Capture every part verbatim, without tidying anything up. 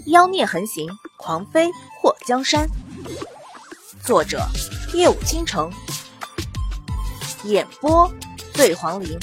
妖孽横行，狂飞祸江山。作者：夜舞倾城，演播：醉黄林。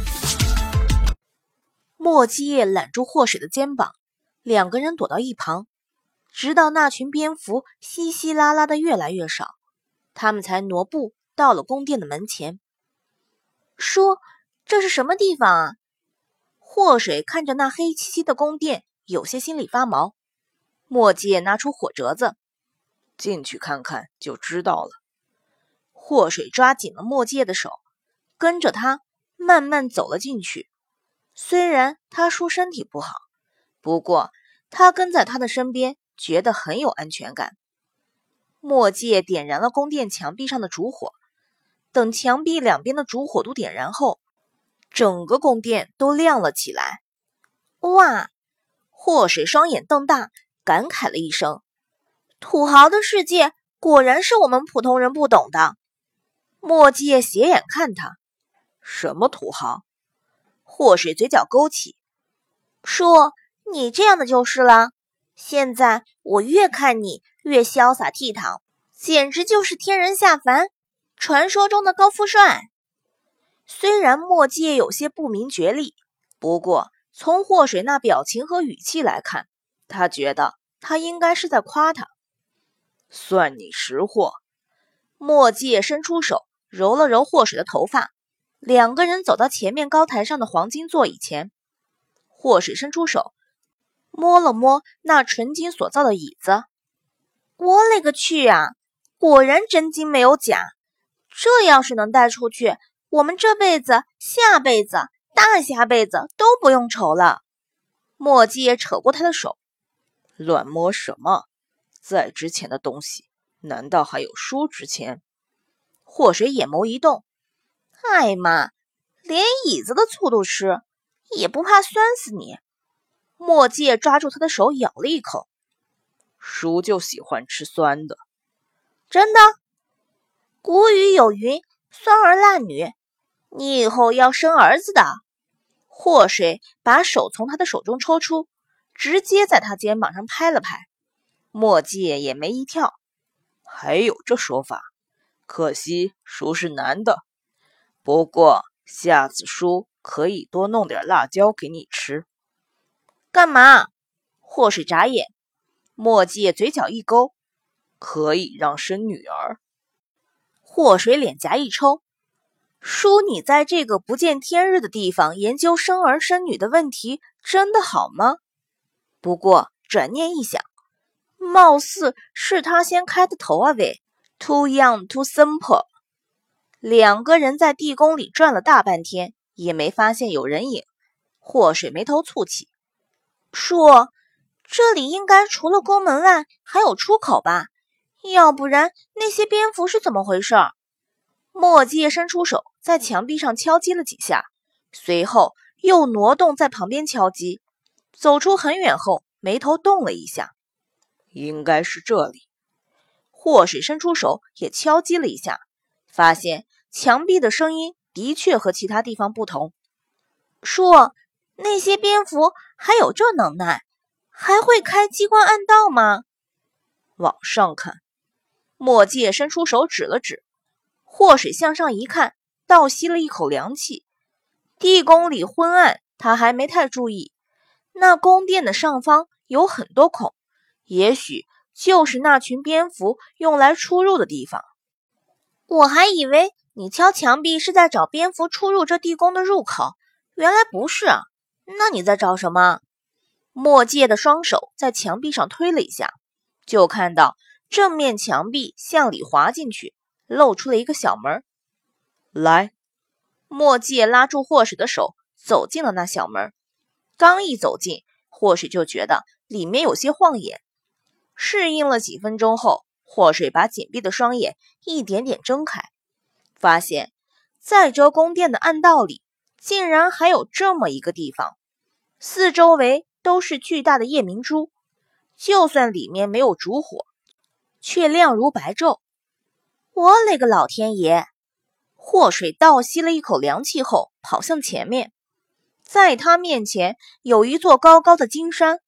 莫基叶揽住祸水的肩膀，两个人躲到一旁，直到那群蝙蝠稀稀拉拉的越来越少，他们才挪步到了宫殿的门前。说，这是什么地方啊？祸水看着那黑漆漆的宫殿，有些心里发毛。莫基叶拿出火折子， 进去看看就知道了。 祸水抓紧了莫基叶的手，跟着他慢慢走了进去。虽然他说身体不好，不过他跟在他的身边，觉得很有安全感。莫基叶点燃了宫殿墙壁上的烛火，等墙壁两边的烛火都点燃后，整个宫殿都亮了起来。哇！祸水双眼瞪大，感慨了一声：土豪的世界果然是我们普通人不懂的。莫基叶斜眼看他： 什么土豪？ 祸水嘴角勾起，说：你这样的就是了。现在我越看你越潇洒倜傥，简直就是天人下凡，传说中的高富帅。虽然莫基叶有些不明觉厉，不过从祸水那表情和语气来看，他觉得他应该是在夸他。 算你识货。 莫基叶伸出手揉了揉祸水的头发，两个人走到前面高台上的黄金座椅前。祸水伸出手摸了摸那纯金所造的椅子，我勒个去啊，果然真金没有假，这要是能带出去，我们这辈子下辈子大下辈子都不用愁了。莫基叶扯过他的手， 乱摸什么？再值钱的东西难道还有书值钱？ 祸水眼眸一动，哎妈，连椅子的醋都吃，也不怕酸死你。莫基叶抓住他的手咬了一口， 书就喜欢吃酸的。 真的？古语有云，酸儿辣女，你以后要生儿子的。祸水把手从他的手中抽出，直接在他肩膀上拍了拍。莫基叶也没一跳， 还有这说法？可惜书是男的，不过下次书可以多弄点辣椒给你吃。 干嘛？祸水眨眼。莫基叶嘴角一勾， 可以让生女儿。 祸水脸颊一抽，叔，你在这个不见天日的地方研究生儿生女的问题，真的好吗？不过转念一想，貌似是他先开的头啊喂 ，too young too simple。两个人在地宫里转了大半天，也没发现有人影。祸水眉头蹙起，说：这里应该除了宫门外还有出口吧？要不然那些蝙蝠是怎么回事？莫基叶伸出手在墙壁上敲击了几下，随后又挪动在旁边敲击，走出很远后眉头动了一下， 应该是这里。 祸水伸出手也敲击了一下，发现墙壁的声音的确和其他地方不同。说，那些蝙蝠还有这能耐，还会开机关暗道吗？ 往上看。 莫基叶伸出手指了指，祸水向上一看，倒吸了一口凉气。地宫里昏暗，他还没太注意，那宫殿的上方有很多孔，也许就是那群蝙蝠用来出入的地方。我还以为你敲墙壁是在找蝙蝠出入这地宫的入口，原来不是啊。那你在找什么？莫基叶的双手在墙壁上推了一下，就看到正面墙壁向里滑进去，露出了一个小门。 来， 莫基叶拉住祸水的手，走进了那小门。刚一走进，祸水就觉得里面有些晃眼。适应了几分钟后，祸水把紧闭的双眼一点点睁开，发现在这宫殿的暗道里，竟然还有这么一个地方，四周围都是巨大的夜明珠，就算里面没有烛火，却亮如白昼。我勒个老天爷！祸水倒吸了一口凉气后，跑向前面。在他面前有一座高高的金山，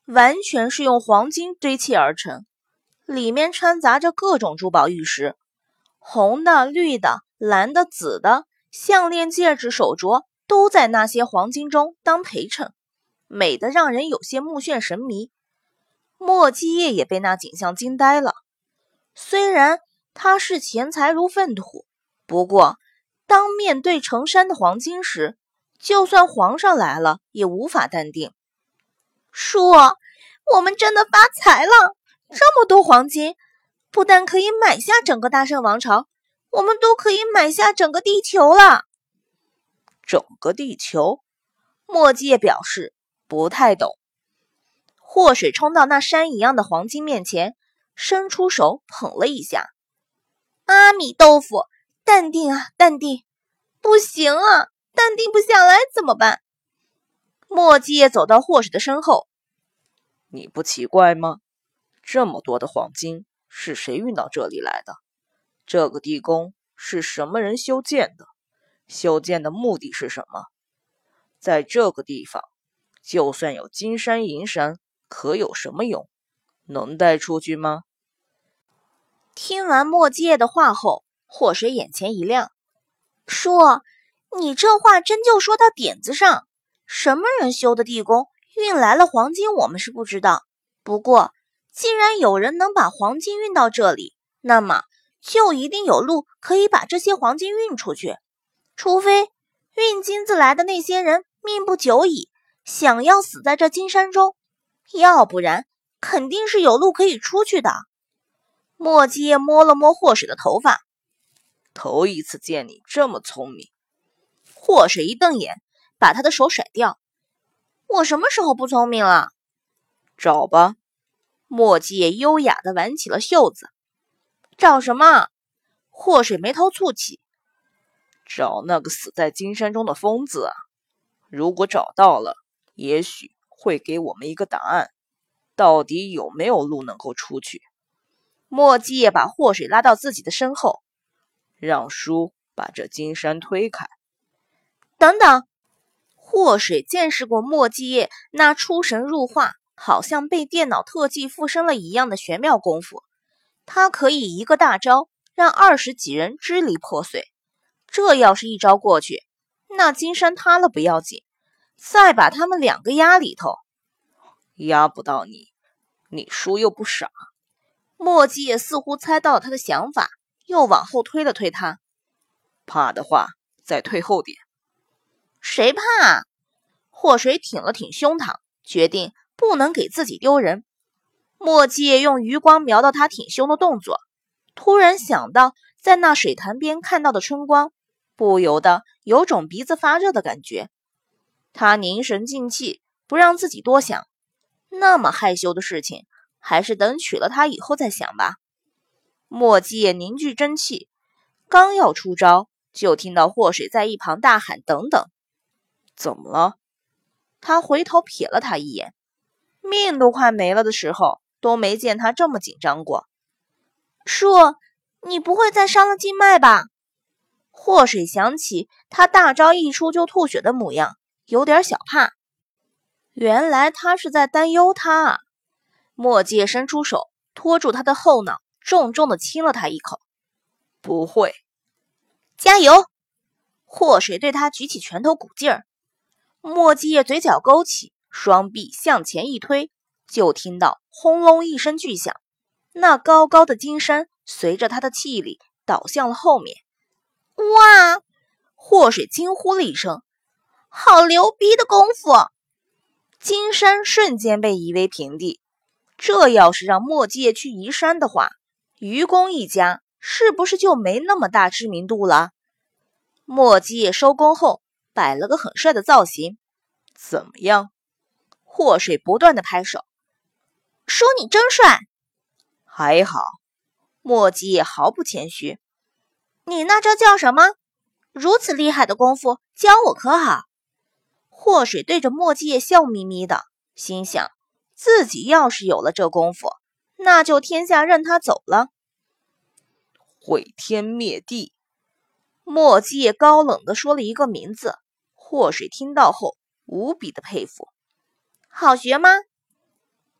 完全是用黄金堆砌而成，里面掺杂着各种珠宝玉石，红的、绿的、蓝的、紫的，项链、戒指、手镯都在那些黄金中当陪衬，美得让人有些目眩神迷。莫基叶也被那景象惊呆了。虽然他视钱财如粪土，不过当面对成山的黄金时，就算皇上来了也无法淡定。叔，我们真的发财了！这么多黄金，不但可以买下整个大圣王朝，我们都可以买下整个地球了。 整个地球？ 莫基叶表示不太懂。祸水冲到那山一样的黄金面前，伸出手捧了一下。阿弥豆腐，淡定啊，淡定！不行啊，淡定不下来怎么办？莫基叶走到祸水的身后。 你不奇怪吗？这么多的黄金是谁运到这里来的？这个地宫是什么人修建的？修建的目的是什么？在这个地方，就算有金山银山，可有什么用？能带出去吗？ 听完莫基叶的话后，祸水眼前一亮。叔，你这话真就说到点子上。什么人修的地宫，运来了黄金我们是不知道，不过既然有人能把黄金运到这里，那么就一定有路可以把这些黄金运出去，除非运金子来的那些人命不久矣，想要死在这金山中，要不然肯定是有路可以出去的。莫基叶摸了摸祸水的头发。 头一次见你这么聪明。 祸水一瞪眼，把他的手甩掉。我什么时候不聪明了？ 找吧。 莫基叶优雅地挽起了袖子。找什么？祸水眉头蹙起。 找那个死在金山中的疯子啊！如果找到了，也许会给我们一个答案，到底有没有路能够出去。 莫基叶把祸水拉到自己的身后， 让叔把这金山推开。 等等！祸水见识过莫基叶那出神入化，好像被电脑特技附身了一样的玄妙功夫，他可以一个大招让二十几人支离破碎。这要是一招过去，那金山塌了不要紧，再把他们两个压里头。 压不到你，你叔又不傻。 莫基叶似乎猜到了他的想法，又往后推了推他。 怕的话，再退后点。 谁怕啊？祸水挺了挺胸膛，决定不能给自己丢人。莫基叶用余光瞄到他挺胸的动作，突然想到在那水潭边看到的春光，不由得有种鼻子发热的感觉。他凝神静气，不让自己多想，那么害羞的事情，还是等娶了她以后再想吧。莫基叶凝聚真气，刚要出招，就听到祸水在一旁大喊：“等等！” 怎么了？ 他回头瞥了他一眼，命都快没了的时候，都没见他这么紧张过。叔，你不会再伤了静脉吧？祸水想起他大招一出就吐血的模样，有点小怕。原来他是在担忧他啊！莫基叶伸出手托住他的后脑，重重地亲了他一口。 不会。 加油！祸水对他举起拳头鼓劲儿。莫基叶嘴角勾起，双臂向前一推，就听到轰隆一声巨响，那高高的金山随着他的气力倒向了后面。哇！祸水惊呼了一声，好牛逼的功夫！金山瞬间被夷为平地。这要是让莫基叶去移山的话，愚公一家是不是就没那么大知名度了？莫基叶收工后摆了个很帅的造型。 怎么样？ 祸水不断的拍手，说你真帅。 还好。 莫基叶毫不谦虚。你那招叫什么？如此厉害的功夫，教我可好？祸水对着莫基叶笑眯眯的，心想自己要是有了这功夫，那就天下任他走了。 毁天灭地。 莫基叶高冷地说了一个名字，祸水听到后无比的佩服。好学吗？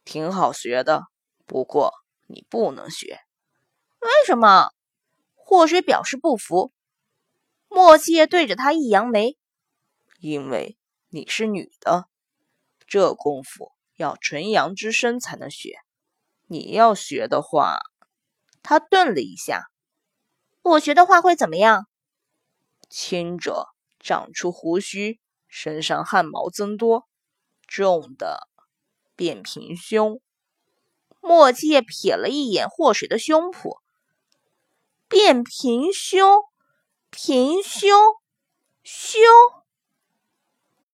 挺好学的，不过你不能学。 为什么？祸水表示不服。莫七夜对着他一扬眉， 因为你是女的，这功夫要纯阳之身才能学。你要学的话， 他顿了一下，我学的话会怎么样？ 轻者长出胡须，身上汗毛增多，重的变平胸。 莫七夜瞥了一眼祸水的胸脯，变平胸，平胸，胸。